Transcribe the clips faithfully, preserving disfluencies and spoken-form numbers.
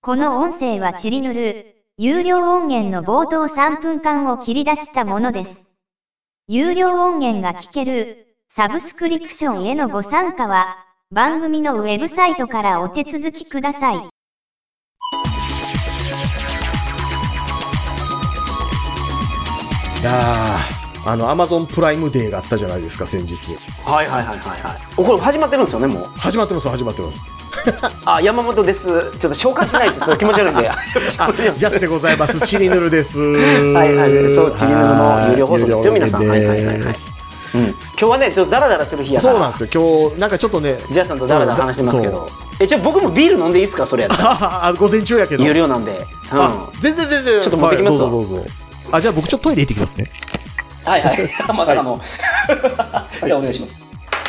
この音声はチリヌル、有料音源の冒頭さんぷんかんを切り出したものです。有料音源が聞ける、サブスクリプションへのご参加は、番組のウェブサイトからお手続きください。 いやー、あの、アマゾンプライムデーがあったじゃないですか、先日。 はいはいはいはいはい。お、これ始まってるんですよね、もう。 始まってます、始まってます。 あ、山本です。ちょっと紹介しないとちょっと気持ち悪いんで。 あ、ジャスでございます。チリヌルです。 はいはい、そう、チリヌルの有料放送ですよ、皆さん。はいはいはいはい。うん、今日はね、ちょっとダラダラする日やから。 そうなんですよ。今日なんかちょっとね、 ジャスさんとダラダラ話してますけど。え、ちょ僕もビール飲んでいいですか、それやったら。 あ、午前中やけど。 有料なんで。 うん。あ、全然全然。 ちょっと持ってきますわ。 どうぞどうぞ。あ、じゃあ僕ちょっとトイレ行ってきますね。 はいはい。まさかの。じゃあお願いします。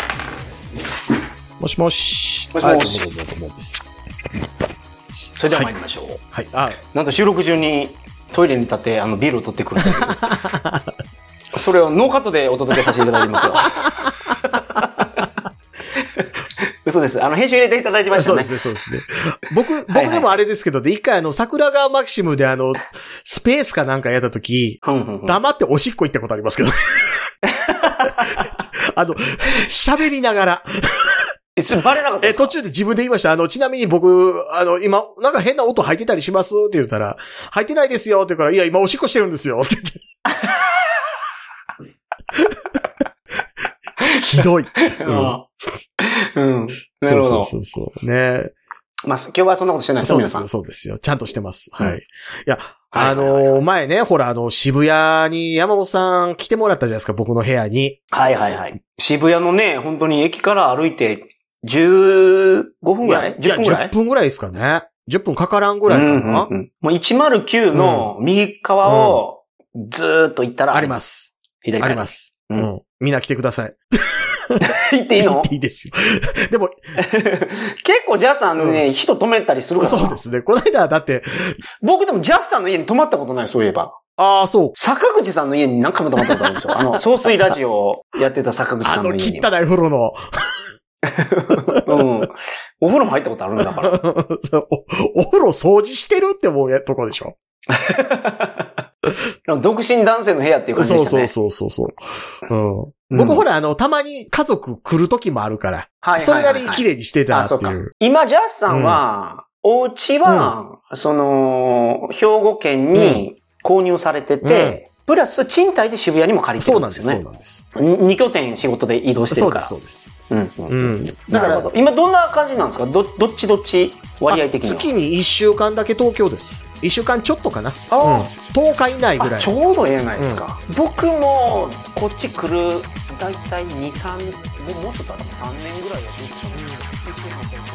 もしもし。 もしもし。それでは参りましょう。 はい。あ、 なんと収録中にトイレに立ってあのビールを取ってくるという。それをノーカットでお届けさせていただきますよ。嘘です。あの、編集入れていただいてましたね。 そうですね、そうですね。僕、僕でもあれですけど、で、一回あの、桜川マキシムであの、スペースかなんかやったとき、黙っておしっこ行ったことありますけど。あの、喋りながら。 え、それバレなかったですか？ え、途中で自分で言いました。あの、ちなみに僕、あの、今、なんか変な音入ってたりしますって言ったら、入ってないですよって言うから、いや、今おしっこしてるんですよって言って。ひどい。うん。うん。 なるほど。 そうそうそうね。 まあ、今日はそんなことしてないですよ、皆さん。 そうですよ。ちゃんとしてます。はい。いや、あの、前ね、ほら、あの、渋谷に山本さん来てもらったじゃないですか、僕の部屋に。 はいはいはい。渋谷のね、本当に駅から歩いて、じゅうごふんぐらい ?じゅっ 分ぐらい ? じゅっぷんぐらいですかね。じゅっぷんかからんぐらいかな。うんうんうん、 もういちまるきゅうの右側をずーっと行ったらあります。 左あります。うん。みんな来てください。 行っていいの？ いいですよ。でも、 結構ジャスさんね、うん、人止めたりするから。 そうですね。この間だって。 僕でもジャスさんの家に泊まったことない、そういえば。 ああ、そう。 坂口さんの家に何回も泊まったことあるんですよ。あの、総水ラジオをやってた坂口さんの家に。 あの、汚い風呂の。 うん。お風呂も入ったことあるんだから。 お、お風呂掃除してるって思うとこでしょ。 独身男性の部屋っていう感じでしたね。 そうそうそうそう。うん。僕、うん、ほら、あの、たまに家族来る時もあるから。はい。それなりに綺麗にしてたっていう。あ、そうか。 今、ジャスさんは、うん、お家は、うん、その、兵庫県に購入されてて、うん、プラス賃貸で渋谷にも借りてるんですよね。 そうなんです。そうなんです。 二拠点仕事で移動してるから。そうです、そうです。うん。うん。だから、今どんな感じなんですか？ど、どっちどっち割合的には。 月にいっしゅうかんだけ東京です。いっしゅうかんちょっとかな。ああ、うん。とおか以内ぐらい。 ちょうどええないですか。うん、僕も、こっち来る、だいたいに、さん、もうちょっとあったさんねんぐらいはずっと、うん